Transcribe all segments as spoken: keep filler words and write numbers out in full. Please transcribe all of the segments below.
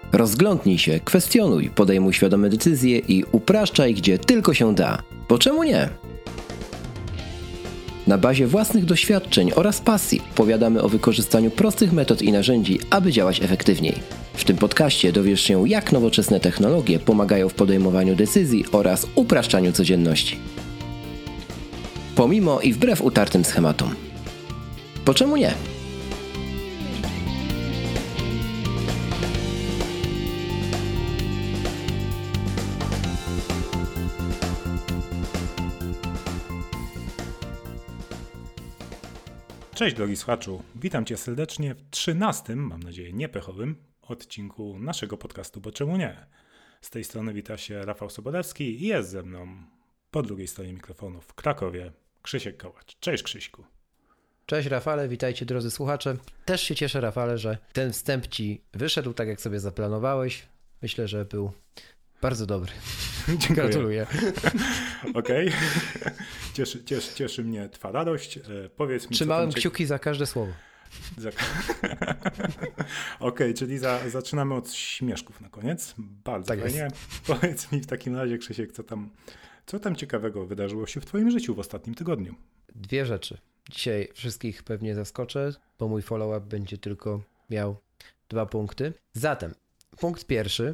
Rozglądnij się, kwestionuj, podejmuj świadome decyzje i upraszczaj, gdzie tylko się da. Bo czemu nie? Na bazie własnych doświadczeń oraz pasji opowiadamy o wykorzystaniu prostych metod i narzędzi, aby działać efektywniej. W tym podcaście dowiesz się, jak nowoczesne technologie pomagają w podejmowaniu decyzji oraz upraszczaniu codzienności. Pomimo i wbrew utartym schematom. Bo czemu nie? Cześć drogi słuchaczu, witam Cię serdecznie w trzynastym, mam nadzieję niepechowym, odcinku naszego podcastu Bo czemu nie? Z tej strony wita się Rafał Sobodewski i jest ze mną po drugiej stronie mikrofonu w Krakowie Krzysiek Kołacz. Cześć Krzyśku. Cześć Rafale, witajcie drodzy słuchacze. Też się cieszę Rafale, że ten wstęp Ci wyszedł tak jak sobie zaplanowałeś. Myślę, że był bardzo dobry. Dziękuję. Gratuluję. Okej. Okay. Cieszy, cieszy, cieszy mnie Twa radość. E, powiedz mi, Trzymałem kciuki za każde słowo. Za... Okej, okay, czyli za, zaczynamy od śmieszków na koniec. Bardzo tak fajnie. Jest. Powiedz mi w takim razie, Krzysiek, co tam, co tam ciekawego wydarzyło się w Twoim życiu w ostatnim tygodniu? Dwie rzeczy. Dzisiaj wszystkich pewnie zaskoczę, bo mój follow-up będzie tylko miał dwa punkty. Zatem, punkt pierwszy.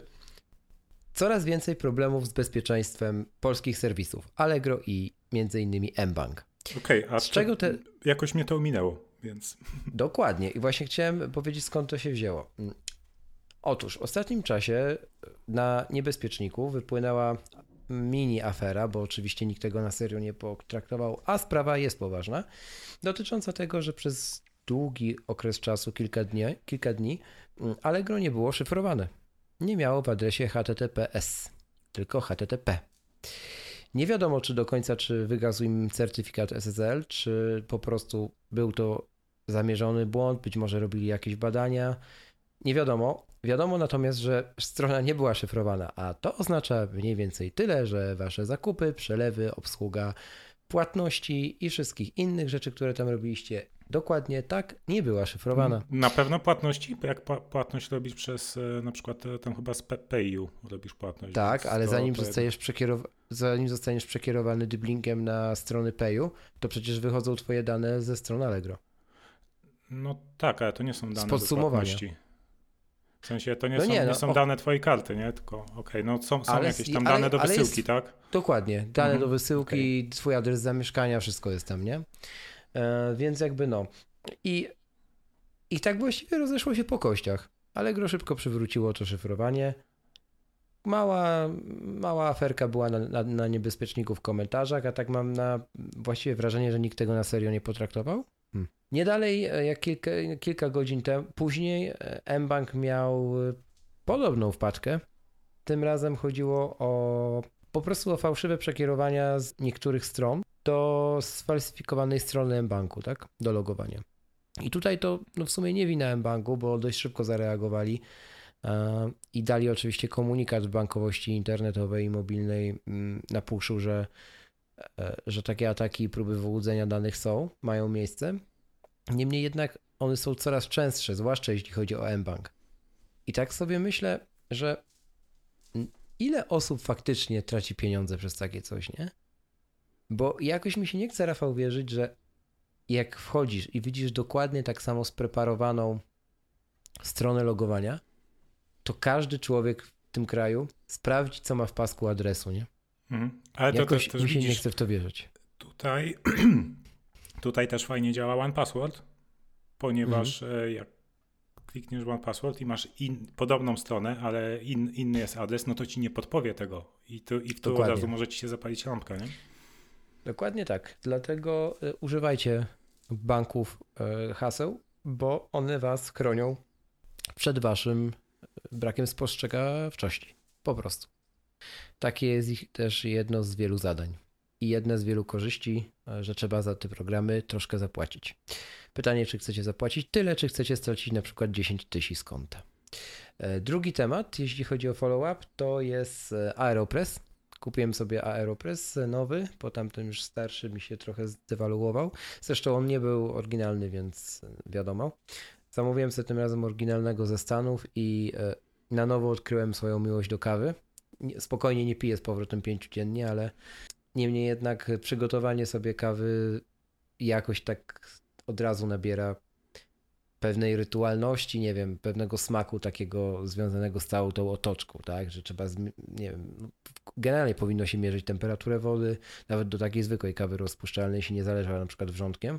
Coraz więcej problemów z bezpieczeństwem polskich serwisów Allegro i między innymi mBank. Okej, okay, a z czego te... jakoś mnie to ominęło, więc... Dokładnie i właśnie chciałem powiedzieć, skąd to się wzięło. Otóż w ostatnim czasie na niebezpieczniku wypłynęła mini afera, bo oczywiście nikt tego na serio nie potraktował, a sprawa jest poważna, dotycząca tego, że przez długi okres czasu, kilka dni, kilka dni Allegro nie było szyfrowane. Nie miało w adresie H T T P S, tylko H T T P. Nie wiadomo, czy do końca, czy wygasł im certyfikat S S L, czy po prostu był to zamierzony błąd, być może robili jakieś badania. Nie wiadomo. Wiadomo natomiast, że strona nie była szyfrowana, a to oznacza mniej więcej tyle, że wasze zakupy, przelewy, obsługa płatności i wszystkich innych rzeczy, które tam robiliście, dokładnie tak, nie była szyfrowana. Na pewno płatności? Jak płatność robisz przez na przykład tam chyba z PayU robisz płatność. Tak, ale to, zanim, to zostajesz przekierow- zanim zostaniesz przekierowany dyblinkiem na strony PayU, to przecież wychodzą twoje dane ze strony Allegro. No tak, ale to nie są dane z podsumowania. Do płatności. W sensie to nie no są, nie, nie no, są o... dane twojej karty, nie? Tylko okej, okay, no są, są ale, jakieś tam ale, dane do wysyłki, jest... tak? Dokładnie, dane mhm. do wysyłki, okay. Twój adres zamieszkania, wszystko jest tam, nie? E, więc jakby no. I, I tak właściwie rozeszło się po kościach. Allegro szybko przywróciło to szyfrowanie. Mała, mała aferka była na, na, na niebezpieczniku w komentarzach, a tak mam na właściwie wrażenie, że nikt tego na serio nie potraktował. Hmm. Nie dalej, jak kilka, kilka godzin temu, później mBank miał podobną wpadkę. Tym razem chodziło o po prostu o fałszywe przekierowania z niektórych stron do sfalsyfikowanej strony mBanku, tak? Do logowania. I tutaj to no w sumie nie wina mBanku, bo dość szybko zareagowali yy, i dali oczywiście komunikat w bankowości internetowej i mobilnej yy, na puszu, że, yy, że takie ataki i próby wyłudzenia danych są, mają miejsce. Niemniej jednak one są coraz częstsze, zwłaszcza jeśli chodzi o mBank. I tak sobie myślę, że ile osób faktycznie traci pieniądze przez takie coś, nie? Bo jakoś mi się nie chce, Rafał, wierzyć, że jak wchodzisz i widzisz dokładnie tak samo spreparowaną stronę logowania, to każdy człowiek w tym kraju sprawdzi, co ma w pasku adresu, nie? Mhm. Ale to jakoś też, też mi się widzisz, nie chce w to wierzyć. Tutaj, tutaj też fajnie działa OnePassword, ponieważ mhm. jak klikniesz OnePassword i masz in, podobną stronę, ale in, inny jest adres, no to ci nie podpowie tego i, tu, i w to od razu może ci się zapalić lampka, nie? Dokładnie tak. Dlatego y, używajcie banków y, haseł, bo one was chronią przed waszym brakiem spostrzegawczości. Po prostu. Takie jest ich też jedno z wielu zadań. I jedne z wielu korzyści, że trzeba za te programy troszkę zapłacić. Pytanie, czy chcecie zapłacić tyle, czy chcecie stracić na przykład dziesięć tysięcy z konta. Drugi temat, jeśli chodzi o follow-up, to jest AeroPress. Kupiłem sobie AeroPress nowy, po tamtym już starszy mi się trochę zdewaluował. Zresztą on nie był oryginalny, więc wiadomo. Zamówiłem sobie tym razem oryginalnego ze Stanów i na nowo odkryłem swoją miłość do kawy. Spokojnie nie piję z powrotem pięciu dziennie, ale niemniej jednak przygotowanie sobie kawy jakoś tak od razu nabiera pewnej rytualności, nie wiem, pewnego smaku takiego związanego z całą tą otoczką, tak, że trzeba, nie wiem, generalnie powinno się mierzyć temperaturę wody, nawet do takiej zwykłej kawy rozpuszczalnej się nie zależała na przykład wrzątkiem.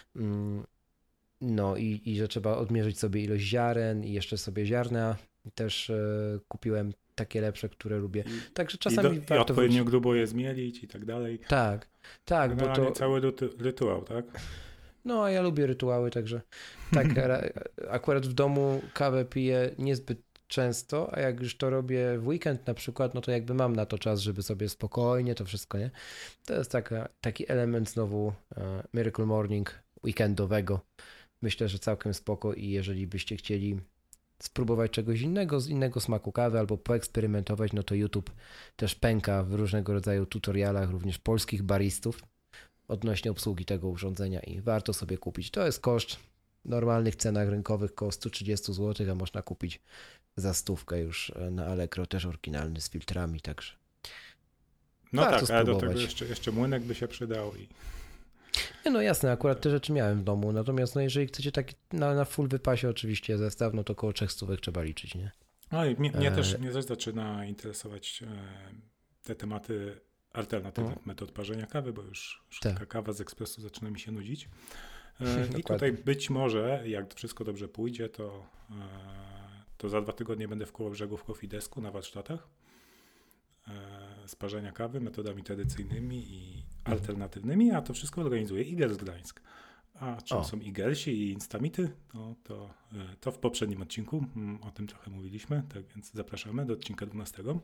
No i, i że trzeba odmierzyć sobie ilość ziaren i jeszcze sobie ziarna też e, kupiłem takie lepsze, które lubię. Także czasami I, do, warto i odpowiednio wrócić. grubo je zmielić i tak dalej. Tak, tak, bo to... cały rytuał, tak? No, a ja lubię rytuały, także tak, akurat w domu kawę piję niezbyt często, a jak już to robię w weekend na przykład, no to jakby mam na to czas, żeby sobie spokojnie to wszystko, nie? To jest taka, taki element znowu uh, Miracle Morning weekendowego. Myślę, że całkiem spoko i jeżeli byście chcieli spróbować czegoś innego, z innego smaku kawy albo poeksperymentować, no to YouTube też pęka w różnego rodzaju tutorialach, również polskich baristów odnośnie obsługi tego urządzenia i warto sobie kupić. To jest koszt w normalnych cenach rynkowych około sto trzydzieści złotych, a można kupić za stówkę już na Allegro, też oryginalny z filtrami, także no warto tak, ale spróbować. do tego jeszcze, jeszcze młynek by się przydał. I... Nie, no jasne, akurat te rzeczy miałem w domu, natomiast no jeżeli chcecie taki na, na full wypasie oczywiście zestaw, no to około trzech stówek trzeba liczyć, nie? No i mnie, mnie, e... też, mnie też zaczyna interesować e, te tematy alternatywnych hmm. metod parzenia kawy, bo już, już taka kawa z ekspresu zaczyna mi się nudzić. E, I tutaj być może, jak wszystko dobrze pójdzie, to, e, to za dwa tygodnie będę w Kołobrzegu w Coffee Desku na warsztatach e, z parzenia kawy metodami tradycyjnymi i alternatywnymi, a to wszystko organizuje Igels Gdańsk. A czym o. są Igelsi i Instamity, no to, to w poprzednim odcinku o tym trochę mówiliśmy, tak więc zapraszamy do odcinka dwunastego.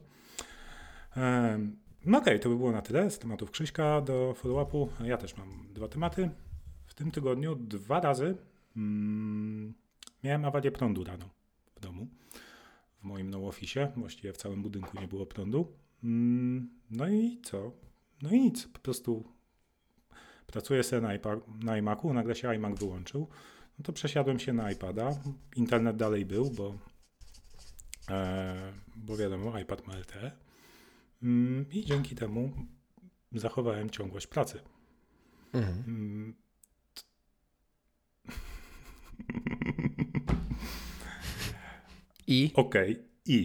No okej, okay, to by było na tyle z tematów Krzyśka do follow-upu. Ja też mam dwa tematy. W tym tygodniu dwa razy mm, miałem awarię prądu rano w domu, w moim no office, właściwie w całym budynku nie było prądu. Mm, no i co? No i nic, po prostu pracuję sobie na, iPad, na iMacu, nagle się iMac wyłączył, no to przesiadłem się na iPada, internet dalej był, bo, e, bo wiadomo, iPad ma L T E mm, i dzięki temu zachowałem ciągłość pracy. Mhm. Mm. I? Okej, okay. I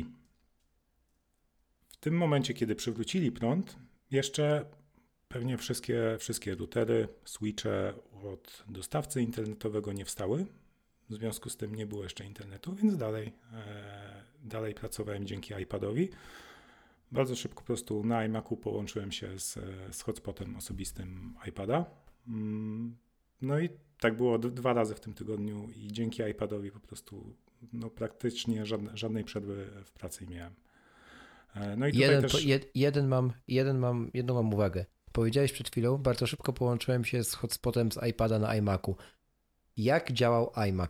w tym momencie, kiedy przywrócili prąd, jeszcze pewnie wszystkie, wszystkie routery, switche od dostawcy internetowego nie wstały. W związku z tym nie było jeszcze internetu, więc dalej, e, dalej pracowałem dzięki iPadowi. Bardzo szybko po prostu na iMacu połączyłem się z, z hotspotem osobistym iPada. No i tak było d- dwa razy w tym tygodniu i dzięki iPadowi po prostu no, praktycznie żadne, żadnej przerwy w pracy nie miałem. E, no i tutaj jeden, też... po, jed, jeden mam, jeden mam, jedną mam uwagę. Powiedziałeś przed chwilą, bardzo szybko połączyłem się z hotspotem z iPada na iMacu. Jak działał iMac?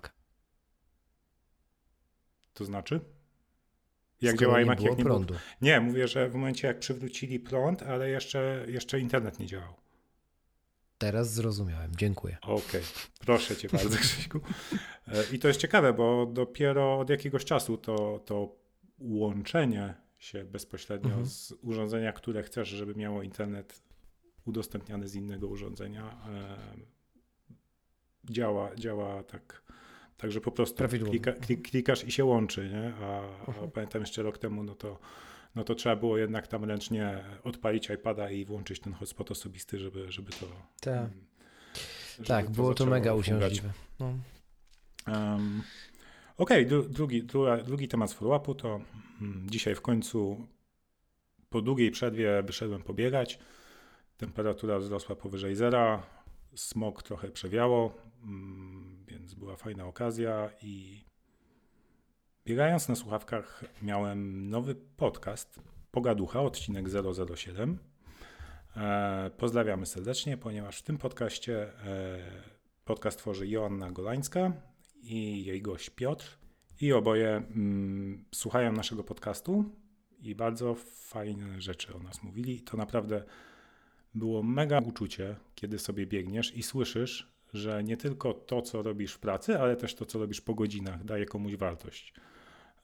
To znaczy? Jak Skoro działa nie iMac, było jak nie prądu. było? Nie, mówię, że w momencie jak przywrócili prąd, ale jeszcze, jeszcze internet nie działał. Teraz zrozumiałem, dziękuję. Okej, okay. Proszę cię bardzo, Krzyśku. I to jest ciekawe, bo dopiero od jakiegoś czasu to, to łączenie się bezpośrednio mhm. z urządzenia, które chcesz, żeby miało internet udostępniany z innego urządzenia, e, działa, działa tak, tak, że po prostu klika, klik, klikasz i się łączy, nie? A, a pamiętam jeszcze rok temu, no to, no to trzeba było jednak tam ręcznie odpalić iPada i włączyć ten hotspot osobisty, żeby, żeby to... Ta. Żeby tak, to było to mega fungać. uciążliwe. No. Um, Okej, okay, drugi, drugi temat z follow-upu to hmm, dzisiaj w końcu po długiej przerwie wyszedłem pobiegać. Temperatura wzrosła powyżej zera, smog trochę przewiało, hmm, więc była fajna okazja i biegając na słuchawkach miałem nowy podcast Pogaducha, odcinek zero zero siedem. E, pozdrawiamy serdecznie, ponieważ w tym podcaście e, podcast tworzy Joanna Golańska i jej gość Piotr i oboje mm, słuchają naszego podcastu i bardzo fajne rzeczy o nas mówili. To naprawdę było mega uczucie, kiedy sobie biegniesz i słyszysz, że nie tylko to, co robisz w pracy, ale też to, co robisz po godzinach, daje komuś wartość.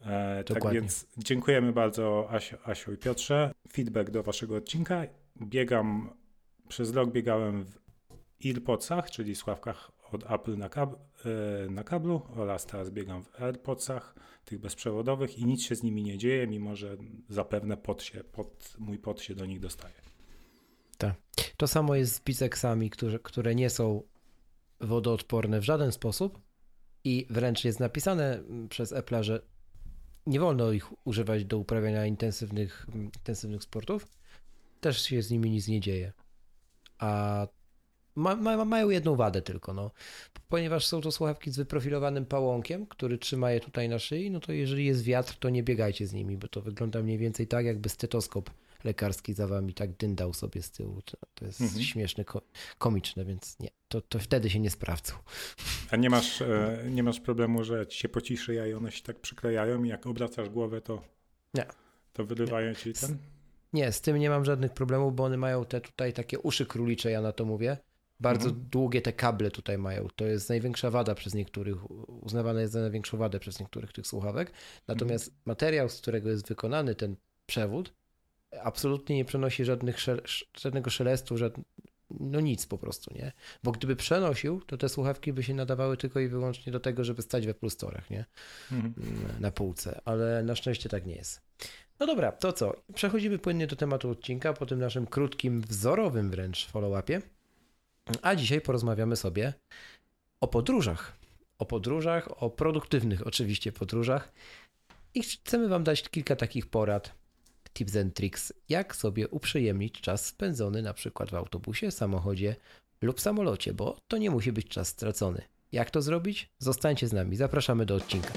E, tak więc dziękujemy bardzo Asio, Asio i Piotrze. Feedback do waszego odcinka. Biegam, przez rok biegałem w AirPodsach, czyli słuchawkach od Apple na, kab, e, na kablu, oraz teraz biegam w AirPodsach, tych bezprzewodowych, i nic się z nimi nie dzieje, mimo że zapewne pod się, pod, mój pod się do nich dostaje. Tak. To samo jest z Beatsexami, które, które nie są wodoodporne w żaden sposób i wręcz jest napisane przez Apple'a, że nie wolno ich używać do uprawiania intensywnych, intensywnych sportów. Też się z nimi nic nie dzieje. A ma, ma, mają jedną wadę tylko, no. Ponieważ są to słuchawki z wyprofilowanym pałąkiem, który trzyma je tutaj na szyi, no to jeżeli jest wiatr, to nie biegajcie z nimi, bo to wygląda mniej więcej tak, jakby stetoskop lekarski za wami tak dyndał sobie z tyłu. To, to jest mhm. śmieszne, ko- komiczne, więc nie, to, to wtedy się nie sprawdzą. A nie masz, e, nie masz problemu, że ci się poci szyja i one się tak przyklejają i jak obracasz głowę, to, nie. to wyrywają ci ten? Nie, z tym nie mam żadnych problemów, bo one mają te tutaj takie uszy królicze, ja na to mówię. Bardzo mhm. długie te kable tutaj mają. To jest największa wada przez niektórych, uznawane jest za największą wadę przez niektórych tych słuchawek. Natomiast mhm. materiał, z którego jest wykonany ten przewód, absolutnie nie przenosi żadnych szel, żadnego szelestu, żad... no nic po prostu, nie? Bo gdyby przenosił, to te słuchawki by się nadawały tylko i wyłącznie do tego, żeby stać w Apple Store'ach, nie? Mhm. Na półce, ale na szczęście tak nie jest. No dobra, to co? Przechodzimy płynnie do tematu odcinka po tym naszym krótkim, wzorowym wręcz follow-upie. A dzisiaj porozmawiamy sobie o podróżach. O podróżach, o produktywnych oczywiście podróżach. I chcemy wam dać kilka takich porad, tips and tricks, jak sobie uprzyjemnić czas spędzony na przykład w autobusie, samochodzie lub samolocie, bo to nie musi być czas stracony. Jak to zrobić? Zostańcie z nami, zapraszamy do odcinka.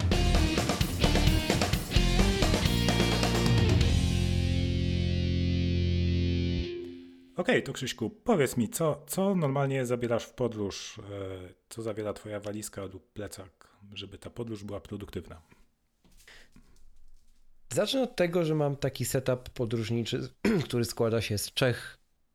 Okej, okay, to Krzyśku, powiedz mi, co, co normalnie zabierasz w podróż, co zawiera twoja walizka lub plecak, żeby ta podróż była produktywna? Zacznę od tego, że mam taki setup podróżniczy, który składa się z trzech,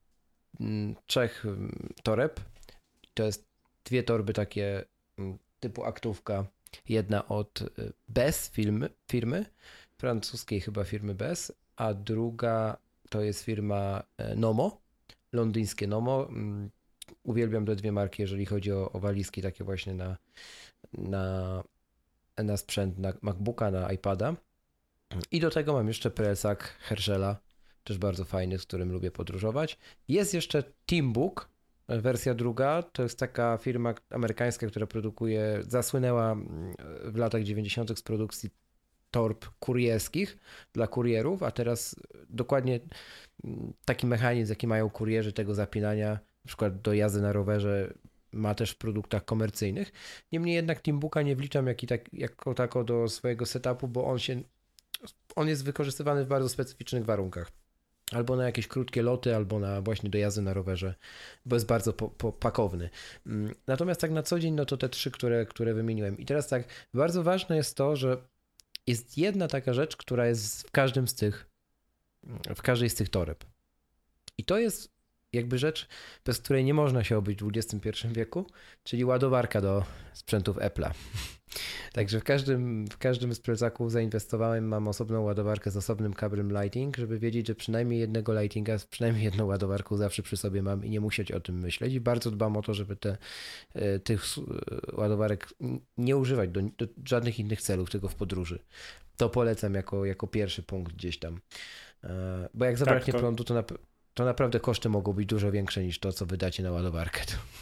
trzech toreb. To jest dwie torby takie typu aktówka. Jedna od Bess firmy, firmy, francuskiej chyba firmy Bess, a druga to jest firma Nomo, londyńskie Nomo. Uwielbiam te dwie marki, jeżeli chodzi o, o walizki takie właśnie na, na, na sprzęt, na MacBooka, na iPada. I do tego mam jeszcze plecak Herschela, też bardzo fajny, z którym lubię podróżować. Jest jeszcze Teambook, wersja druga, to jest taka firma amerykańska, która produkuje, zasłynęła w latach dziewięćdziesiątych z produkcji torb kurierskich dla kurierów, a teraz dokładnie taki mechanizm, jaki mają kurierzy tego zapinania, na przykład do jazdy na rowerze, ma też w produktach komercyjnych. Niemniej jednak Teambooka nie wliczam jak i tak, jako tako do swojego setupu, bo on się on jest wykorzystywany w bardzo specyficznych warunkach. Albo na jakieś krótkie loty, albo na właśnie do jazdy na rowerze, bo jest bardzo po, po, pakowny. Natomiast tak na co dzień, no to te trzy, które, które wymieniłem. I teraz tak, bardzo ważne jest to, że jest jedna taka rzecz, która jest w każdym z tych, w każdej z tych toreb. I to jest jakby rzecz, bez której nie można się obyć w dwudziestym pierwszym wieku, czyli ładowarka do sprzętów Apple'a. Także w każdym, w każdym z plecaków zainwestowałem, mam osobną ładowarkę z osobnym kablem Lightning, żeby wiedzieć, że przynajmniej jednego Lightninga z przynajmniej jedną ładowarką zawsze przy sobie mam i nie musieć o tym myśleć. I bardzo dbam o to, żeby te, tych ładowarek nie używać do, do żadnych innych celów, tylko w podróży. To polecam jako, jako pierwszy punkt gdzieś tam. Bo jak zabraknie tak, to... prądu, to, na, to naprawdę koszty mogą być dużo większe niż to, co wydacie na ładowarkę.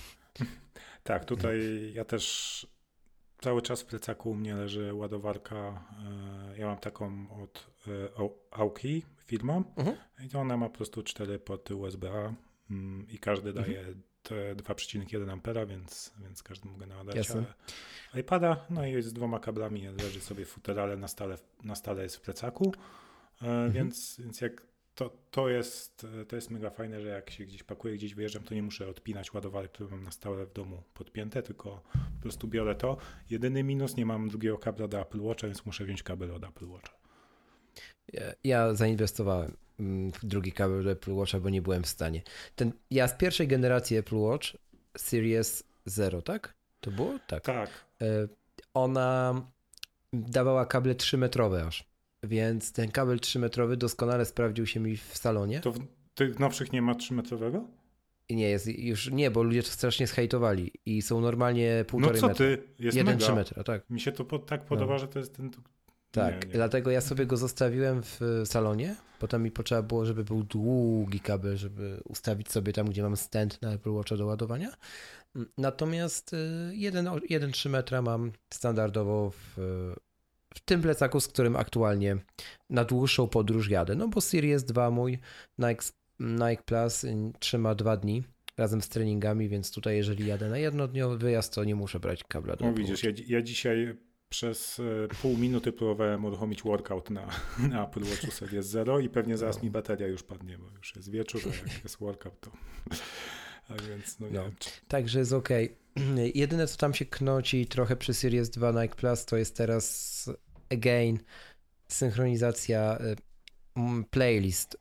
Tak, tutaj ja też cały czas w plecaku u mnie leży ładowarka. Ja mam taką od Aoki firmą mhm. i to ona ma po prostu cztery porty U S B A i każdy mhm. daje te dwa przecinek jeden ampera, więc, więc każdy mogę naładować iPada. No i z dwoma kablami leży sobie w futerale, na stale, na stale jest w plecaku, mhm. więc, więc jak To, to, jest, to jest mega fajne, że jak się gdzieś pakuję, gdzieś wyjeżdżam, to nie muszę odpinać ładowarek, które mam na stałe w domu podpięte, tylko po prostu biorę to. Jedyny minus, nie mam drugiego kabla do Apple Watcha, więc muszę wziąć kabel od Apple Watcha. Ja, ja zainwestowałem w drugi kabel do Apple Watcha, bo nie byłem w stanie. Ten, ja z pierwszej generacji Apple Watch, Series Zero, tak? To było? Tak. Tak. Ona dawała kable trzymetrowe aż. Więc ten kabel trzymetrowy doskonale sprawdził się mi w salonie. To w tych nowszych nie ma trzymetrowego? Nie, jest już nie, bo ludzie to strasznie zhejtowali i są normalnie półtorej metra. No co metra. ty? Jest jeden mega. trzy metra, tak. Mi się to po, tak podoba, no. że to jest ten... Tak, nie, nie. dlatego ja sobie go zostawiłem w salonie, potem mi potrzeba było, żeby był długi kabel, żeby ustawić sobie tam, gdzie mam stand na Apple Watcha do ładowania. Natomiast jeden trzy metra mam standardowo w, w tym plecaku, z którym aktualnie na dłuższą podróż jadę. No bo Series dwa mój Nike, Nike Plus trzyma dwa dni razem z treningami, więc tutaj jeżeli jadę na jednodniowy wyjazd, to nie muszę brać kabla do No Apple widzisz, ja, ja dzisiaj przez pół minuty próbowałem uruchomić workout na, na Apple Watchu Series zero i pewnie zaraz no. mi bateria już padnie, bo już jest wieczór, a jak jest workout, to... A więc no nie no. wiem, czy... Także jest okej. Okay. Jedyne, co tam się knoci trochę przy Series dwa Nike Plus, to jest teraz again synchronizacja playlist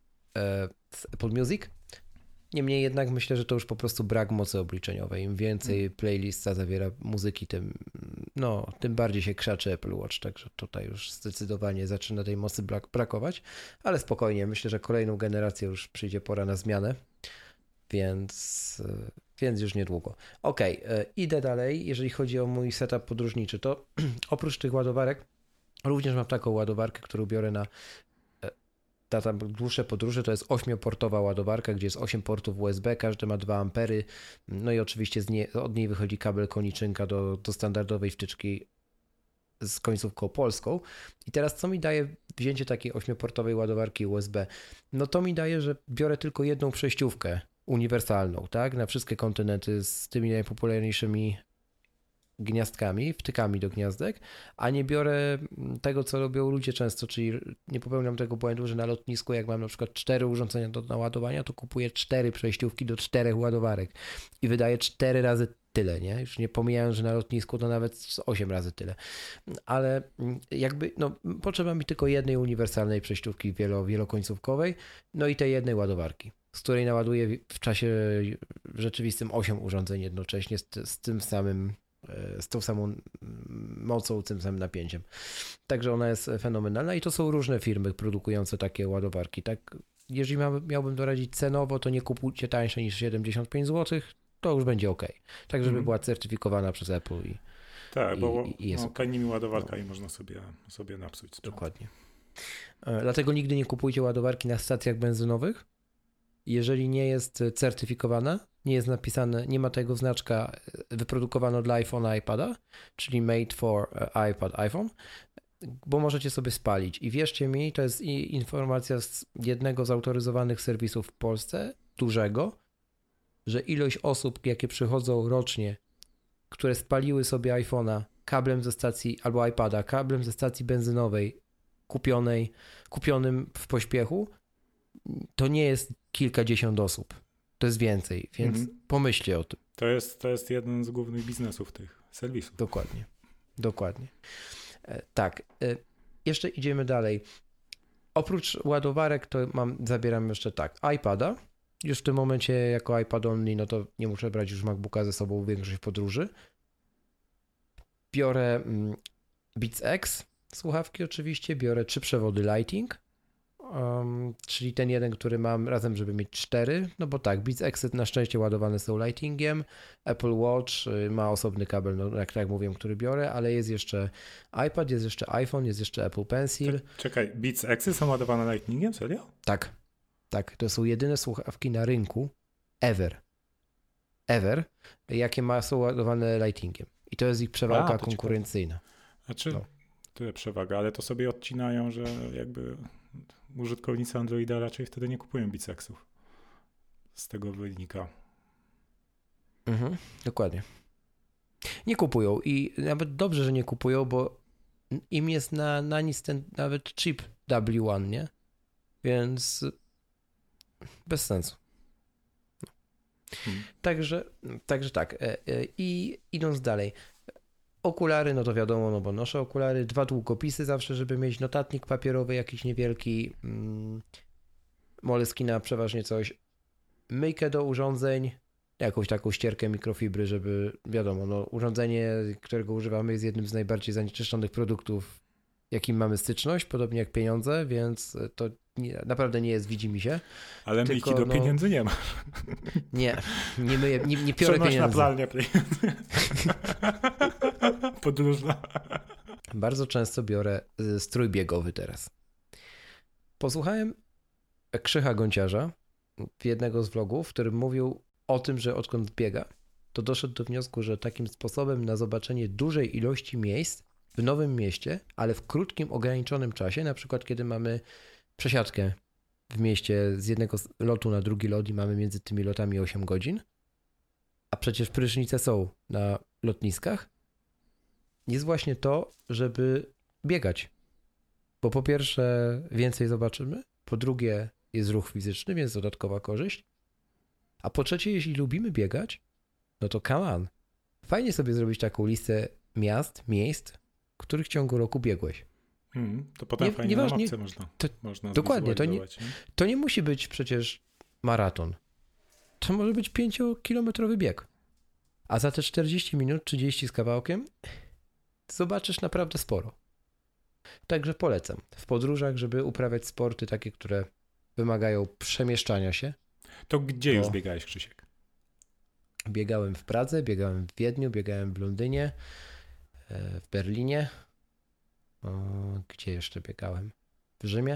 z Apple Music. Niemniej jednak myślę, że to już po prostu brak mocy obliczeniowej. Im więcej playlista zawiera muzyki, tym, no, tym bardziej się krzaczy Apple Watch, także tutaj już zdecydowanie zaczyna tej mocy brak- brakować, ale spokojnie, myślę, że kolejną generację już przyjdzie pora na zmianę, więc, więc już niedługo. Okej, okay, idę dalej. Jeżeli chodzi o mój setup podróżniczy, to oprócz tych ładowarek również mam taką ładowarkę, którą biorę na ta tam dłuższe podróże, to jest ośmioportowa ładowarka, gdzie jest osiem portów U S B, każdy ma dwa ampery, no i oczywiście z nie, od niej wychodzi kabel koniczynka do, do standardowej wtyczki z końcówką polską. I teraz co mi daje wzięcie takiej ośmioportowej ładowarki U S B? No to mi daje, że biorę tylko jedną przejściówkę uniwersalną, tak, na wszystkie kontynenty z tymi najpopularniejszymi gniazdkami, wtykami do gniazdek, a nie biorę tego, co robią ludzie często, czyli nie popełniam tego błędu, że na lotnisku, jak mam na przykład cztery urządzenia do naładowania, to kupuję cztery przejściówki do czterech ładowarek i wydaję cztery razy tyle, nie? Już nie pomijając, że na lotnisku to nawet osiem razy tyle. Ale jakby, no, potrzeba mi tylko jednej uniwersalnej przejściówki wielo, wielokońcówkowej, no i tej jednej ładowarki, z której naładuję w czasie rzeczywistym osiem urządzeń jednocześnie z, z tym samym z tą samą mocą, tym samym napięciem. Także ona jest fenomenalna i to są różne firmy produkujące takie ładowarki. Tak, jeżeli miałbym doradzić cenowo, to nie kupujcie tańsze niż siedemdziesiąt pięć złotych, to już będzie ok. Tak, żeby mm. była certyfikowana przez Apple i tak, i, bo i jest no, okay. tanimi ładowarkami no. można sobie, sobie napsuć. Dokładnie. Dlatego nigdy nie kupujcie ładowarki na stacjach benzynowych, jeżeli nie jest certyfikowana, nie jest napisane, nie ma tego znaczka wyprodukowano dla iPhone'a, iPada, czyli made for iPad, iPhone, bo możecie sobie spalić. I wierzcie mi, to jest informacja z jednego z autoryzowanych serwisów w Polsce, dużego, że ilość osób, jakie przychodzą rocznie, które spaliły sobie iPhone'a kablem ze stacji, albo iPada, kablem ze stacji benzynowej kupionej, kupionym w pośpiechu, to nie jest kilkadziesiąt osób. To jest więcej, więc mhm. pomyślcie o tym. To jest, to jest jeden z głównych biznesów tych serwisów. Dokładnie. Dokładnie. E, tak. E, jeszcze idziemy dalej. Oprócz ładowarek to mam, zabieram jeszcze tak, iPada. Już w tym momencie jako iPad only, no to nie muszę brać już MacBooka ze sobą w większość podróży. Biorę mm, Beats X, słuchawki oczywiście, biorę trzy przewody Lighting. Um, czyli ten jeden, który mam razem, żeby mieć cztery, no bo tak, Beats X na szczęście ładowane są Lightingiem, Apple Watch ma osobny kabel, no jak tak mówiłem, który biorę, ale jest jeszcze iPad, jest jeszcze iPhone, jest jeszcze Apple Pencil. Czekaj, Beats X są ładowane Lightningiem? Serio? Tak, tak, to są jedyne słuchawki na rynku ever, ever, jakie ma, są ładowane Lightingiem i to jest ich przewaga A, konkurencyjna. Znaczy, no. Tyle przewaga, ale to sobie odcinają, że jakby użytkownicy Androida raczej wtedy nie kupują Beats X'ów. Z tego wynika. Mhm, dokładnie. Nie kupują i nawet dobrze, że nie kupują, bo im jest na, na nic ten nawet chip W jeden, nie? Więc bez sensu. Hmm. Także, także tak. I idąc dalej. Okulary, no to wiadomo, no bo noszę okulary, dwa długopisy zawsze, żeby mieć notatnik papierowy jakiś niewielki, mm, Moleskina przeważnie coś, myjkę do urządzeń, jakąś taką ścierkę mikrofibry, żeby wiadomo, no, urządzenie, którego używamy, jest jednym z najbardziej zanieczyszczonych produktów, jakim mamy styczność, podobnie jak pieniądze, więc to nie, naprawdę nie jest widzimisię. Ale tylko, Miki do no, pieniędzy nie ma. Nie, nie, myję, nie, nie piorę Masz pieniędzy. na planie pieniędzy. Podróżna. Bardzo często biorę strój biegowy teraz. Posłuchałem Krzycha Gonciarza w jednego z vlogów, w którym mówił o tym, że odkąd biega, to doszedł do wniosku, że takim sposobem na zobaczenie dużej ilości miejsc w nowym mieście, ale w krótkim, ograniczonym czasie, na przykład kiedy mamy przesiadkę w mieście z jednego lotu na drugi lot i mamy między tymi lotami osiem godzin, a przecież prysznice są na lotniskach, jest właśnie to, żeby biegać. Bo po pierwsze więcej zobaczymy, po drugie jest ruch fizyczny, więc dodatkowa korzyść, a po trzecie, jeśli lubimy biegać, no to come on. Fajnie sobie zrobić taką listę miast, miejsc, w których w ciągu roku biegłeś. Hmm, to potem nie, fajnie nieważne, na mapce można, to, można dokładnie, to nie, nie? to nie musi być przecież maraton. To może być pięciokilometrowy bieg. A za te czterdzieści minut, trzydzieści z kawałkiem zobaczysz naprawdę sporo. Także polecam w podróżach, żeby uprawiać sporty takie, które wymagają przemieszczania się. To gdzie już biegałeś, Krzysiek? Biegałem w Pradze, biegałem w Wiedniu, biegałem w Londynie, w Berlinie. O, gdzie jeszcze biegałem? W Rzymie.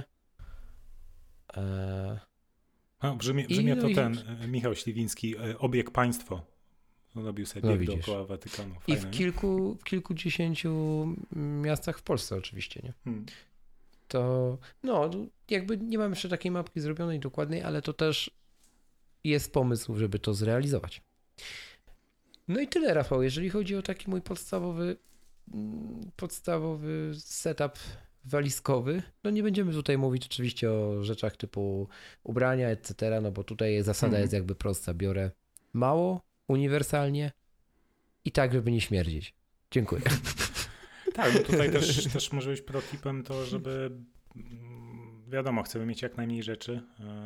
E... A, w Rzymie, w Rzymie to ten Michał Śliwiński, obieg państwo. Robił sobie no bieg dookoła Watykanu. Fajne, I w kilku, w kilkudziesięciu miastach w Polsce oczywiście, nie? Hmm. To no, jakby nie mam jeszcze takiej mapki zrobionej dokładnej, ale to też jest pomysł, żeby to zrealizować. No i tyle, Rafał, jeżeli chodzi o taki mój podstawowy podstawowy setup walizkowy. No nie będziemy tutaj mówić oczywiście o rzeczach typu ubrania, et cetera, no bo tutaj zasada hmm. jest jakby prosta. Biorę mało, uniwersalnie i tak, żeby nie śmierdzić. Dziękuję. Tak, no tutaj też, też może być protipem to, żeby wiadomo, chcemy mieć jak najmniej rzeczy,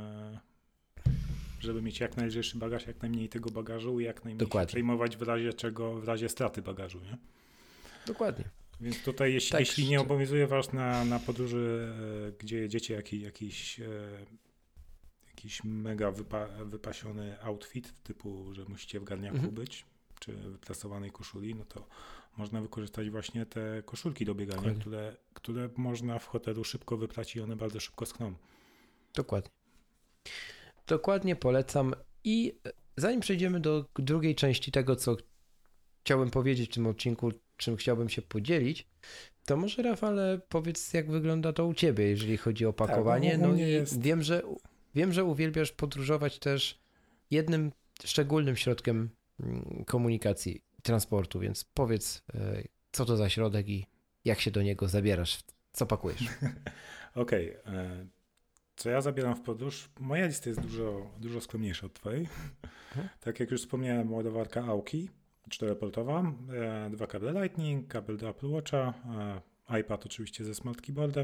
żeby mieć jak najlżejszy bagaż, jak najmniej tego bagażu i jak najmniej się przejmować w razie czego, w razie straty bagażu, nie? Dokładnie. Więc tutaj jeśli, tak, jeśli nie obowiązuje was na, na podróży, gdzie jedziecie jakiś, jakiś, jakiś mega wypa, wypasiony outfit, typu, że musicie w garniaku mhm. być, czy wyprasowanej koszuli, no to można wykorzystać właśnie te koszulki do biegania, które, które można w hotelu szybko wyprać i one bardzo szybko schną. Dokładnie. Dokładnie polecam. I zanim przejdziemy do drugiej części tego, co chciałbym powiedzieć w tym odcinku, czym chciałbym się podzielić, to może Rafale powiedz, jak wygląda to u ciebie, jeżeli chodzi o pakowanie. Tak, no i jest... wiem, że wiem, że uwielbiasz podróżować też jednym szczególnym środkiem komunikacji, transportu, więc powiedz, co to za środek i jak się do niego zabierasz, co pakujesz. Okej, okay. Co ja zabieram w podróż? Moja lista jest dużo, dużo skromniejsza od twojej. Hmm. Tak jak już wspomniałem, ładowarka Aoki czteroportowa, dwa kable Lightning, kabel do Apple Watcha, iPad oczywiście ze smart keyboardem,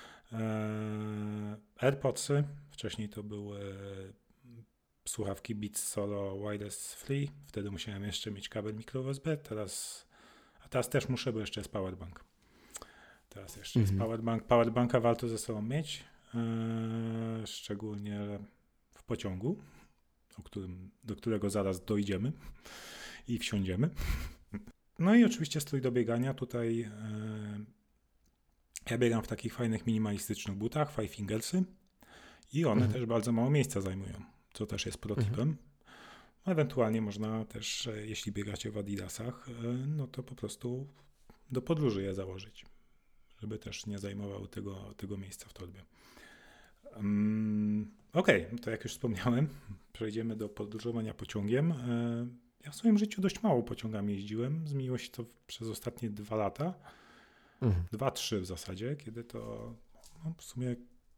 AirPodsy, wcześniej to były słuchawki Beats Solo Wireless Free, wtedy musiałem jeszcze mieć kabel micro U S B, teraz, a teraz też muszę, bo jeszcze jest powerbank. Teraz jeszcze mm-hmm. jest powerbank. Powerbanka warto ze sobą mieć, yy, szczególnie w pociągu, o którym, do którego zaraz dojdziemy i wsiądziemy. No i oczywiście strój do biegania. Tutaj yy, ja biegam w takich fajnych minimalistycznych butach, Five Fingersy i one mm-hmm. też bardzo mało miejsca zajmują, co też jest protipem. Mhm. Ewentualnie można też, jeśli biegacie w Adidasach, no to po prostu do podróży je założyć, żeby też nie zajmowały tego, tego miejsca w torbie. Um, Okej, okay, to jak już wspomniałem, przejdziemy do podróżowania pociągiem. Ja w swoim życiu dość mało pociągami jeździłem, zmieniło się to przez ostatnie dwa lata, mhm. dwa, trzy w zasadzie, kiedy to no w sumie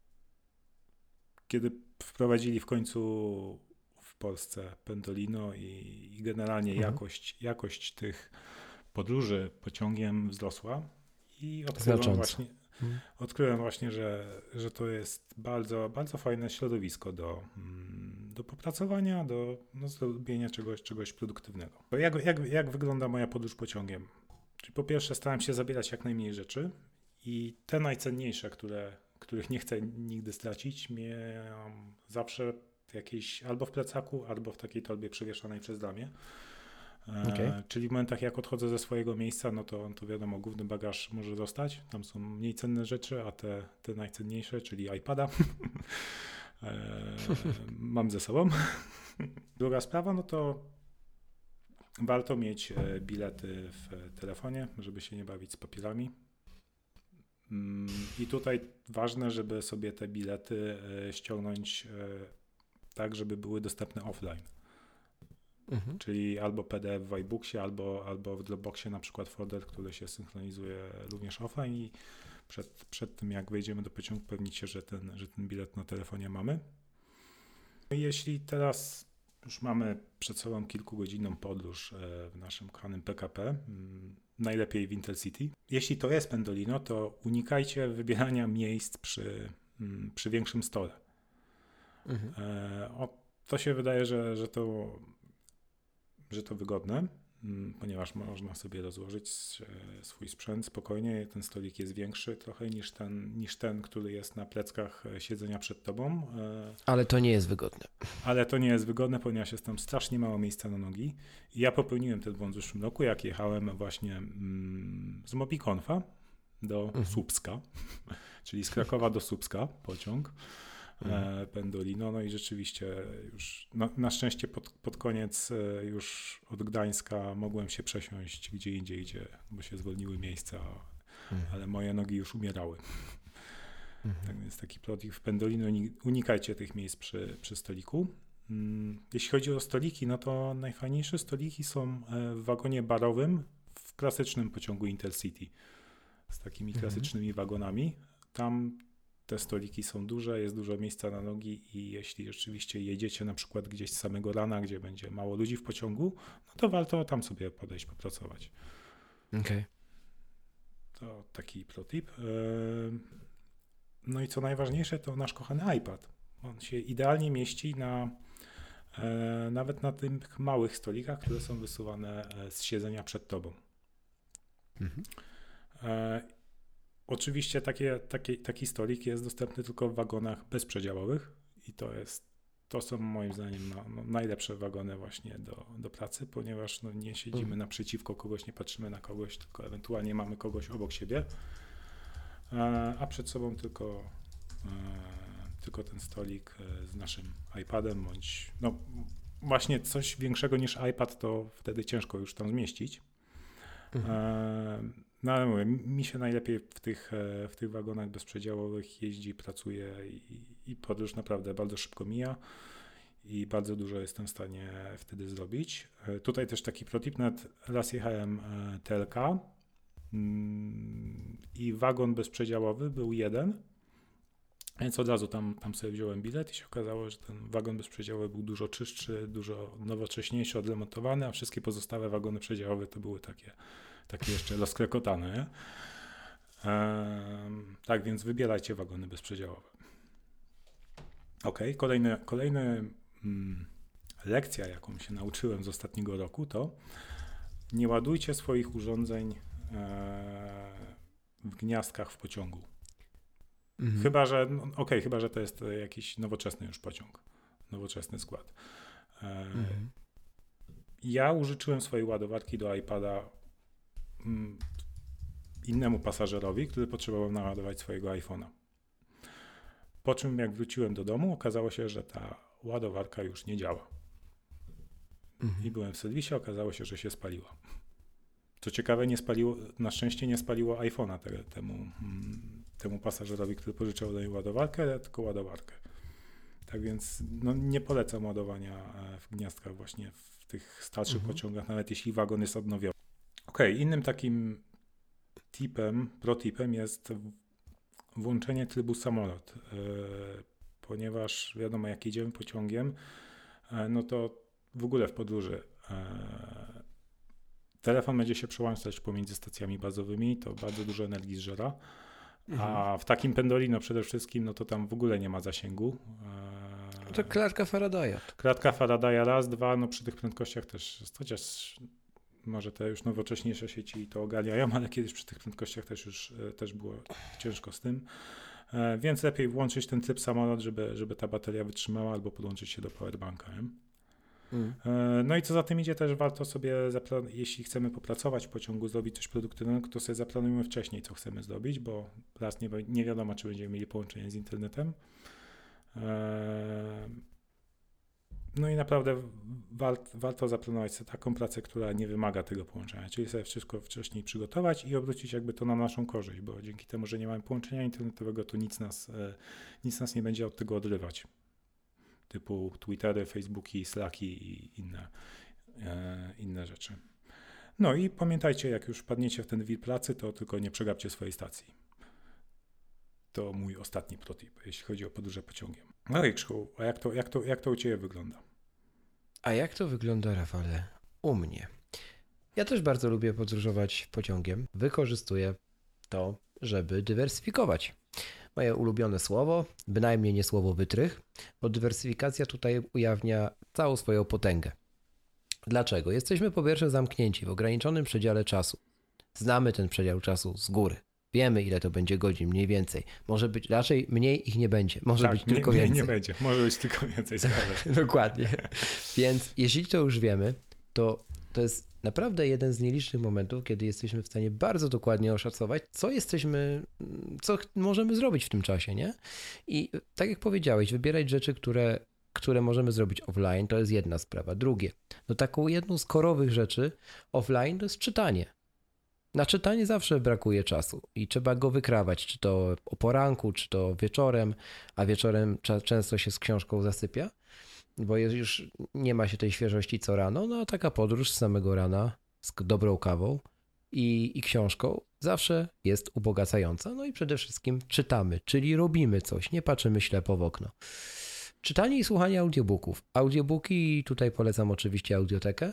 kiedy wprowadzili w końcu w Polsce Pendolino i, i generalnie mhm. jakość, jakość tych podróży pociągiem wzrosła i odkryłem Znacząco. właśnie, mhm. odkryłem właśnie że, że to jest bardzo, bardzo fajne środowisko do, do do popracowania, do no, zrobienia czegoś, czegoś produktywnego. Jak, jak, jak wygląda moja podróż pociągiem? Czyli po pierwsze staram się zabierać jak najmniej rzeczy i te najcenniejsze, które, których nie chcę nigdy stracić, miałem zawsze jakieś albo w plecaku, albo w takiej torbie przewieszanej przez ramię. Okay. E, czyli w momentach jak odchodzę ze swojego miejsca, no to, to wiadomo, główny bagaż może zostać. Tam są mniej cenne rzeczy, a te, te najcenniejsze, czyli iPada, e, mam ze sobą. Druga sprawa, no to warto mieć bilety w telefonie, żeby się nie bawić z papierami. I tutaj ważne, żeby sobie te bilety ściągnąć tak, żeby były dostępne offline. Mhm. Czyli albo P D F w iBooksie, albo, albo w Dropboxie na przykład folder, który się synchronizuje również offline i przed, przed tym jak wejdziemy do pociągu upewnić się, że ten, że ten bilet na telefonie mamy. Jeśli teraz już mamy przed sobą kilkugodzinną podróż w naszym kochanym P K P, najlepiej w Intercity. Jeśli to jest Pendolino, to unikajcie wybierania miejsc przy, przy większym stole. Mhm. O, to się wydaje, że, że, to, że to wygodne, ponieważ można sobie rozłożyć swój sprzęt spokojnie. Ten stolik jest większy trochę niż ten, niż ten, który jest na pleckach siedzenia przed tobą. Ale to nie jest wygodne. Ale to nie jest wygodne, ponieważ jest tam strasznie mało miejsca na nogi. I ja popełniłem ten błąd w zeszłym roku, jak jechałem właśnie mm, z Mobiconfa do mhm. Słupska, czyli z Krakowa do Słupska pociąg. Mhm. Pendolino, no i rzeczywiście już no, na szczęście pod, pod koniec już od Gdańska mogłem się przesiąść gdzie indziej, gdzie, bo się zwolniły miejsca, mhm. ale moje nogi już umierały. Mhm. Tak więc taki plotnik w Pendolino, unikajcie tych miejsc przy, przy stoliku. Jeśli chodzi o stoliki, no to najfajniejsze stoliki są w wagonie barowym w klasycznym pociągu Intercity z takimi klasycznymi mhm. wagonami. Tam te stoliki są duże, jest dużo miejsca na nogi i jeśli rzeczywiście jedziecie na przykład gdzieś z samego rana, gdzie będzie mało ludzi w pociągu, no to warto tam sobie podejść, popracować. Okej. Okay. To taki pro tip. No i co najważniejsze, to nasz kochany iPad. On się idealnie mieści na nawet na tych małych stolikach, które są wysuwane z siedzenia przed tobą. Mhm. Oczywiście takie, takie, taki stolik jest dostępny tylko w wagonach bezprzedziałowych i to jest, to są moim zdaniem no, no, najlepsze wagony właśnie do, do pracy, ponieważ no, nie siedzimy naprzeciwko kogoś, nie patrzymy na kogoś, tylko ewentualnie mamy kogoś obok siebie, a przed sobą tylko, tylko ten stolik z naszym iPadem, bądź no właśnie coś większego niż iPad, to wtedy ciężko już tam zmieścić. Mhm. No ale mówię, mi się najlepiej w tych, w tych wagonach bezprzedziałowych jeździ, pracuje i, i podróż naprawdę bardzo szybko mija i bardzo dużo jestem w stanie wtedy zrobić. Tutaj też taki protip, nawet raz jechałem T L K i wagon bezprzedziałowy był jeden, więc od razu tam, tam sobie wziąłem bilet i się okazało, że ten wagon bezprzedziałowy był dużo czystszy, dużo nowocześniejszy, odremontowany, a wszystkie pozostałe wagony przedziałowe to były takie takie jeszcze rozklekotane. Ehm, tak więc wybierajcie wagony bezprzedziałowe. Ok, kolejny, kolejny mm, lekcja, jaką się nauczyłem z ostatniego roku, to nie ładujcie swoich urządzeń e, w gniazdkach w pociągu. Mhm. Chyba, że no, okej, okay, chyba, że to jest jakiś nowoczesny już pociąg, nowoczesny skład. E, mhm. Ja użyczyłem swojej ładowarki do iPada innemu pasażerowi, który potrzebował naładować swojego iPhone'a. Po czym jak wróciłem do domu, okazało się, że ta ładowarka już nie działa. Mhm. I byłem w serwisie, okazało się, że się spaliła. Co ciekawe, nie spaliło, na szczęście nie spaliło iPhone'a te, temu, temu pasażerowi, który pożyczał do niej ładowarkę, tylko ładowarkę. Tak więc no, nie polecam ładowania w gniazdkach właśnie w tych starszych mhm. pociągach, nawet jeśli wagon jest odnowiony. Okej, okay, innym takim tipem, protipem jest włączenie trybu samolot, yy, ponieważ wiadomo, jak jedziemy pociągiem, yy, no to w ogóle w podróży yy, telefon będzie się przełączać pomiędzy stacjami bazowymi, to bardzo dużo energii zżera, mhm. a w takim Pendolino przede wszystkim, no to tam w ogóle nie ma zasięgu. Yy, To klatka Faradaya. Klatka Faradaya raz, dwa, no przy tych prędkościach też, chociaż może te już nowocześniejsze sieci to ogarniają, ale kiedyś przy tych prędkościach też już też było ciężko z tym. Więc lepiej włączyć ten tryb samolot, żeby, żeby ta bateria wytrzymała, albo podłączyć się do powerbanka. Nie? Mm. No i co za tym idzie, też warto sobie, jeśli chcemy popracować w pociągu, zrobić coś produktywnego, to sobie zaplanujmy wcześniej, co chcemy zrobić, bo raz nie, nie wiadomo, czy będziemy mieli połączenie z internetem. No i naprawdę wart, warto zaplanować sobie taką pracę, która nie wymaga tego połączenia, czyli sobie wszystko wcześniej przygotować i obrócić jakby to na naszą korzyść, bo dzięki temu, że nie mamy połączenia internetowego, to nic nas, nic nas nie będzie od tego odrywać. Typu Twittery, Facebooki, Slacki i inne, e, inne rzeczy. No i pamiętajcie, jak już wpadniecie w ten wir pracy, to tylko nie przegapcie swojej stacji. To mój ostatni protip, jeśli chodzi o podróże pociągiem. No i Krzysztof, a jak to, jak, to, jak to u Ciebie wygląda? A jak to wygląda, Rafale, u mnie? Ja też bardzo lubię podróżować pociągiem. Wykorzystuję to, żeby dywersyfikować. Moje ulubione słowo, bynajmniej nie słowo wytrych, bo dywersyfikacja tutaj ujawnia całą swoją potęgę. Dlaczego? Jesteśmy po pierwsze zamknięci w ograniczonym przedziale czasu. Znamy ten przedział czasu z góry. Wiemy, ile to będzie godzin, mniej więcej. Może być, raczej mniej ich nie będzie. Może tak, być tylko nie, więcej. Nie, nie będzie. Może być tylko więcej. Dokładnie. Więc jeśli to już wiemy, to to jest naprawdę jeden z nielicznych momentów, kiedy jesteśmy w stanie bardzo dokładnie oszacować, co jesteśmy, co możemy zrobić w tym czasie, nie? I tak jak powiedziałeś, wybierać rzeczy, które, które możemy zrobić offline, to jest jedna sprawa. Drugie, no taką jedną z korowych rzeczy offline to jest czytanie. Na czytanie zawsze brakuje czasu i trzeba go wykrawać, czy to o poranku, czy to wieczorem, a wieczorem często się z książką zasypia, bo jest już nie ma się tej świeżości co rano, no a taka podróż z samego rana z dobrą kawą i, i książką zawsze jest ubogacająca. No i przede wszystkim czytamy, czyli robimy coś, nie patrzymy ślepo w okno. Czytanie i słuchanie audiobooków. Audiobooki, tutaj polecam oczywiście Audiotekę.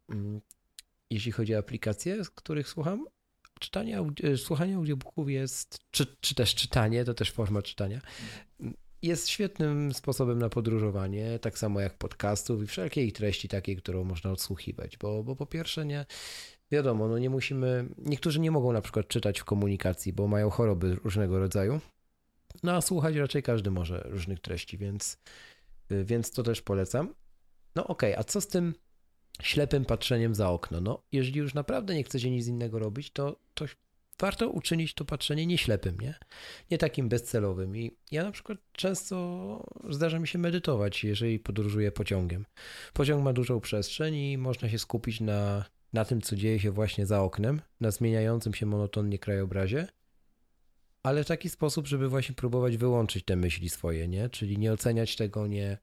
Jeśli chodzi o aplikacje, z których słucham, czytanie, słuchanie audiobooków jest, czy, czy też czytanie, to też forma czytania, jest świetnym sposobem na podróżowanie, tak samo jak podcastów i wszelkiej treści takiej, którą można odsłuchiwać, bo, bo po pierwsze nie, wiadomo, no nie musimy, niektórzy nie mogą na przykład czytać w komunikacji, bo mają choroby różnego rodzaju, no a słuchać raczej każdy może różnych treści, więc, więc to też polecam. No okej, okay, a co z tym ślepym patrzeniem za okno? No jeżeli już naprawdę nie chcecie nic innego robić, to, to warto uczynić to patrzenie nieślepym, nie? Nie takim bezcelowym. I ja na przykład często zdarza mi się medytować, jeżeli podróżuję pociągiem. Pociąg ma dużą przestrzeń i można się skupić na, na tym, co dzieje się właśnie za oknem, na zmieniającym się monotonnie krajobrazie, ale w taki sposób, żeby właśnie próbować wyłączyć te myśli swoje, nie? Czyli nie oceniać tego, nie,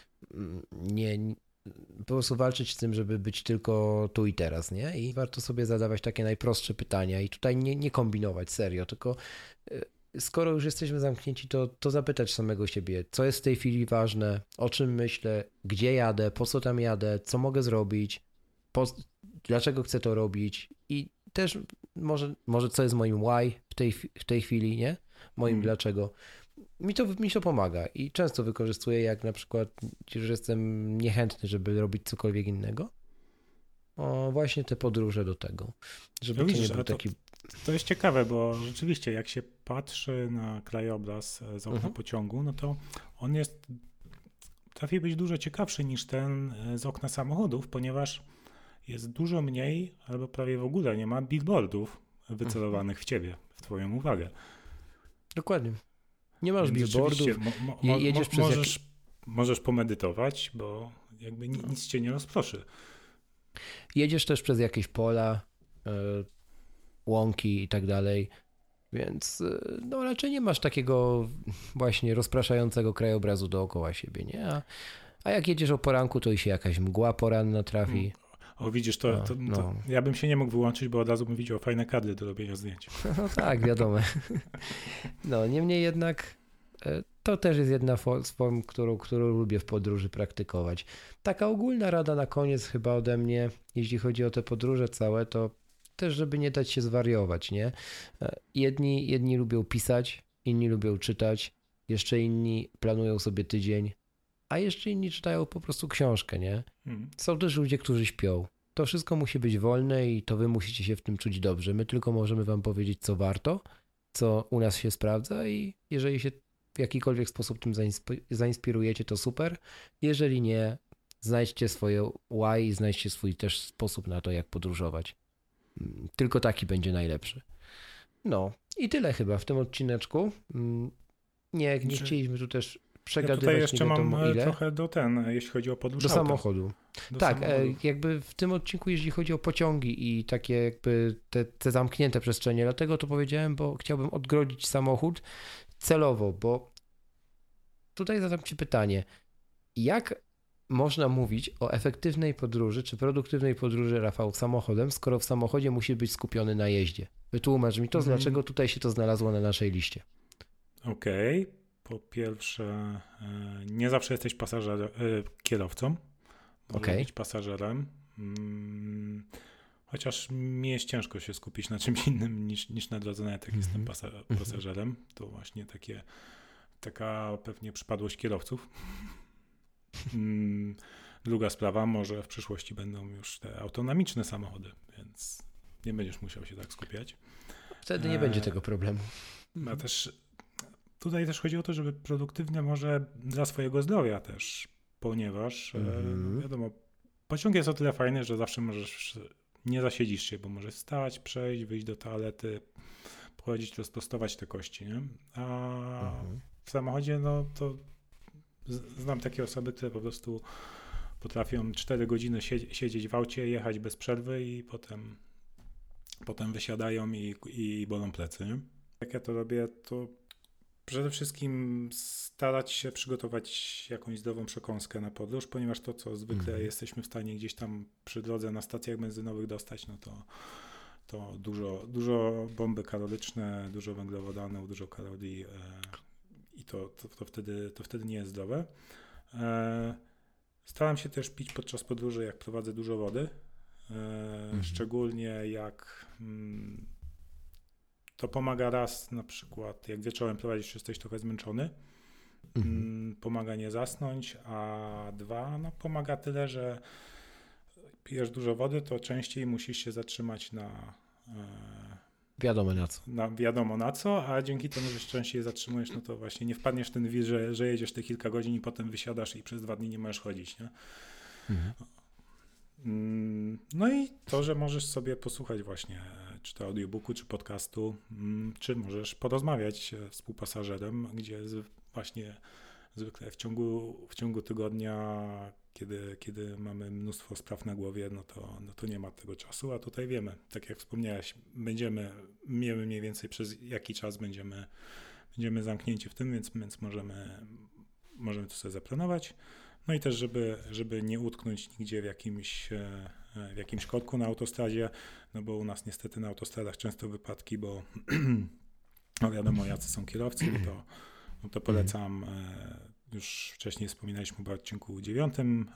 nie, po prostu walczyć z tym, żeby być tylko tu i teraz, nie? I warto sobie zadawać takie najprostsze pytania i tutaj nie, nie kombinować serio, tylko skoro już jesteśmy zamknięci, to, to zapytać samego siebie, co jest w tej chwili ważne, o czym myślę, gdzie jadę, po co tam jadę, co mogę zrobić, po, dlaczego chcę to robić i też może, może co jest moim why w tej, w tej chwili, nie? Moim hmm. dlaczego. Mi to, mi to pomaga i często wykorzystuję, jak na przykład już jestem niechętny, żeby robić cokolwiek innego. O, właśnie te podróże do tego, żeby no to widzisz, nie był to, taki... To jest ciekawe, bo rzeczywiście jak się patrzy na krajobraz z okna uh-huh. pociągu, no to on jest, trafi być dużo ciekawszy niż ten z okna samochodów, ponieważ jest dużo mniej, albo prawie w ogóle nie ma billboardów wycelowanych uh-huh. w ciebie, w twoją uwagę. Dokładnie. Nie masz billboardów, mo, mo, mo, jedziesz przez możesz, jak... możesz pomedytować, bo jakby nic, nic cię nie rozproszy. Jedziesz też przez jakieś pola, y, łąki i tak dalej, więc y, no raczej nie masz takiego właśnie rozpraszającego krajobrazu dookoła siebie, nie? A, a jak jedziesz o poranku, to i się jakaś mgła poranna trafi. O widzisz, to, no, to, to no. ja bym się nie mógł wyłączyć, bo od razu bym widział fajne kadry do robienia zdjęć. No tak, wiadomo. No niemniej jednak to też jest jedna z form, którą, którą lubię w podróży praktykować. Taka ogólna rada na koniec chyba ode mnie, jeśli chodzi o te podróże całe, to też, żeby nie dać się zwariować, nie? Jedni, jedni lubią pisać, inni lubią czytać, jeszcze inni planują sobie tydzień a jeszcze inni czytają po prostu książkę, nie? Hmm. Są też ludzie, którzy śpią. To wszystko musi być wolne i to wy musicie się w tym czuć dobrze. My tylko możemy wam powiedzieć, co warto, co u nas się sprawdza i jeżeli się w jakikolwiek sposób tym zainsp- zainspirujecie, to super. Jeżeli nie, znajdźcie swoje why i znajdźcie swój też sposób na to, jak podróżować. Tylko taki będzie najlepszy. No i tyle chyba w tym odcineczku. Nie, nie Czy... chcieliśmy tu też Ja przegadywać. tutaj jeszcze nie mam ile. trochę do ten, jeśli chodzi o podróż Do autem. samochodu. Do tak, samochodu. jakby w tym odcinku, jeśli chodzi o pociągi i takie jakby te, te zamknięte przestrzenie, dlatego to powiedziałem, bo chciałbym odgrodzić samochód celowo, bo tutaj zadam ci pytanie, jak można mówić o efektywnej podróży czy produktywnej podróży, Rafał, samochodem, skoro w samochodzie musi być skupiony na jeździe? Wytłumacz mi to, mm. dlaczego tutaj się to znalazło na naszej liście. Okej. Okay. Po pierwsze, nie zawsze jesteś pasażerem, kierowcą. Możesz okay. być pasażerem. Chociaż mi jest ciężko się skupić na czymś innym niż, niż na drodze, nawet jak mm-hmm. jestem pasa- pasażerem. To właśnie takie, taka pewnie przypadłość kierowców. Druga sprawa, może w przyszłości będą już te autonomiczne samochody, więc nie będziesz musiał się tak skupiać. Wtedy nie e... będzie tego problemu. A też tutaj też chodzi o to, żeby produktywnie może dla swojego zdrowia też, ponieważ mm-hmm. e, wiadomo, pociąg jest o tyle fajny, że zawsze możesz, nie zasiedzisz się, bo możesz stać, przejść, wyjść do toalety, pochodzić, rozprostować te kości, nie? A mm-hmm. w samochodzie, no to znam takie osoby, które po prostu potrafią cztery godziny siedzieć w aucie, jechać bez przerwy i potem, potem wysiadają i, i bolą plecy. Nie? Jak ja to robię, to przede wszystkim starać się przygotować jakąś zdrową przekąskę na podróż, ponieważ to, co zwykle mm. jesteśmy w stanie gdzieś tam przy drodze na stacjach benzynowych dostać, no to, to dużo, dużo bomby kaloryczne, dużo węglowodanów, dużo kalorii. E, I to, to, to, wtedy, to wtedy nie jest zdrowe. E, staram się też pić podczas podróży, jak prowadzę, dużo wody. E, mhm. Szczególnie jak mm, to pomaga raz na przykład, jak wieczorem prowadzisz, jesteś trochę zmęczony. Mhm. Mm, pomaga nie zasnąć, a dwa, no pomaga tyle, że pijesz dużo wody, to częściej musisz się zatrzymać na e, Wiadomo na co. Na, wiadomo na co, a dzięki temu, że częściej zatrzymujesz, no to właśnie nie wpadniesz w ten wir, że, że jedziesz te kilka godzin i potem wysiadasz i przez dwa dni nie możesz chodzić. Nie? Mhm. No i to, że możesz sobie posłuchać właśnie czy to audiobooku, czy podcastu, czy możesz porozmawiać z współpasażerem, gdzie właśnie zwykle w ciągu, w ciągu tygodnia, kiedy, kiedy mamy mnóstwo spraw na głowie, no to, no to nie ma tego czasu, a tutaj wiemy, tak jak wspomniałeś, będziemy, wiemy mniej więcej przez jaki czas będziemy, będziemy zamknięci w tym, więc, więc możemy, możemy to sobie zaplanować. No i też, żeby, żeby nie utknąć nigdzie w jakimś, w jakimś korku na autostradzie, no bo u nas niestety na autostradach często wypadki, bo no wiadomo, jacy są kierowcy, no to, no to polecam, już wcześniej wspominaliśmy o odcinku dziewiątym,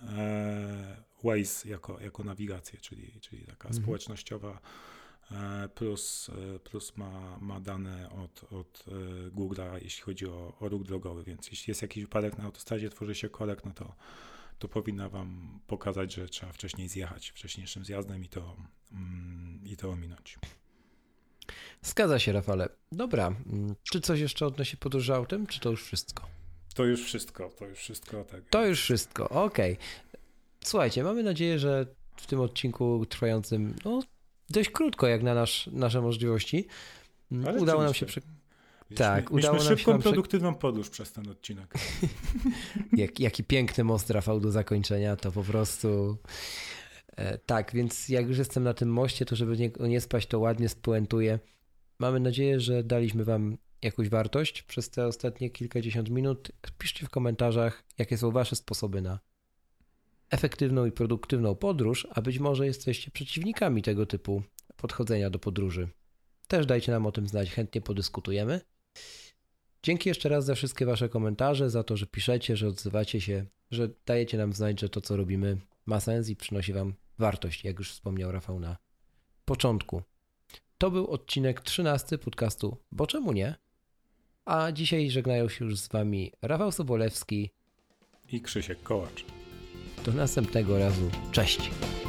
Waze jako, jako nawigację, czyli, czyli taka mhm. społecznościowa, plus, plus ma, ma dane od, od Google'a, jeśli chodzi o, o ruch drogowy, więc jeśli jest jakiś wypadek na autostradzie, tworzy się korek, no to, to powinna wam pokazać, że trzeba wcześniej zjechać, wcześniejszym zjazdem i to, mm, i to ominąć. Zgadza się, Rafale. Dobra, czy coś jeszcze odnosi podróży autem, czy to już wszystko? To już wszystko, to już wszystko. Tak. To już wszystko, okej. Okay. Słuchajcie, mamy nadzieję, że w tym odcinku trwającym, no dość krótko jak na nasz, nasze możliwości, ale udało nam się... Prze... Tak, Mieliśmy udało nam szybką, się... produktywną podróż przez ten odcinek. Jak, jaki piękny most, Rafał, do zakończenia, to po prostu... E, tak, więc jak już jestem na tym moście, to żeby nie, nie spać, to ładnie spuentuję. Mamy nadzieję, że daliśmy wam jakąś wartość przez te ostatnie kilkadziesiąt minut. Piszcie w komentarzach, jakie są wasze sposoby na efektywną i produktywną podróż, a być może jesteście przeciwnikami tego typu podchodzenia do podróży. Też dajcie nam o tym znać, chętnie podyskutujemy. Dzięki jeszcze raz za wszystkie wasze komentarze, za to, że piszecie, że odzywacie się, że dajecie nam znać, że to, co robimy, ma sens i przynosi wam wartość, jak już wspomniał Rafał na początku. To był odcinek trzynasty podcastu Bo czemu nie? A dzisiaj żegnają się już z wami Rafał Sobolewski I Krzysiek Kołacz. Do następnego razu. Cześć!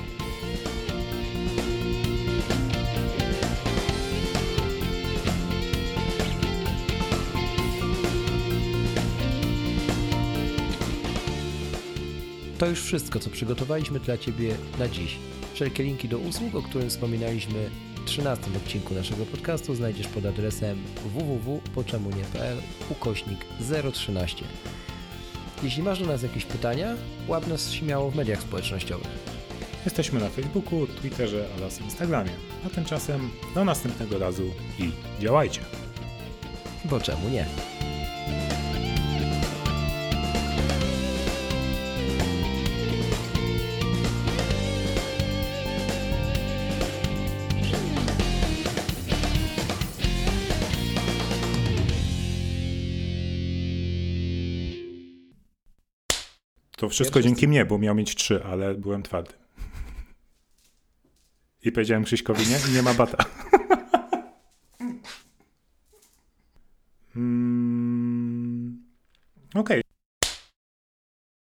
To już wszystko, co przygotowaliśmy dla Ciebie na dziś. Wszelkie linki do usług, o którym wspominaliśmy w trzynastym odcinku naszego podcastu, znajdziesz pod adresem w w w kropka poczemunie kropka p l ukośnik zero trzynaście. Jeśli masz do nas jakieś pytania, łap nas śmiało w mediach społecznościowych. Jesteśmy na Facebooku, Twitterze oraz Instagramie. A tymczasem do następnego razu i działajcie! Bo czemu nie? To wszystko Pierwszy dzięki mnie, bo miał mieć trzy, ale byłem twardy. I powiedziałem Krzyśkowi nie i nie ma bata. mm, Okej. Okay.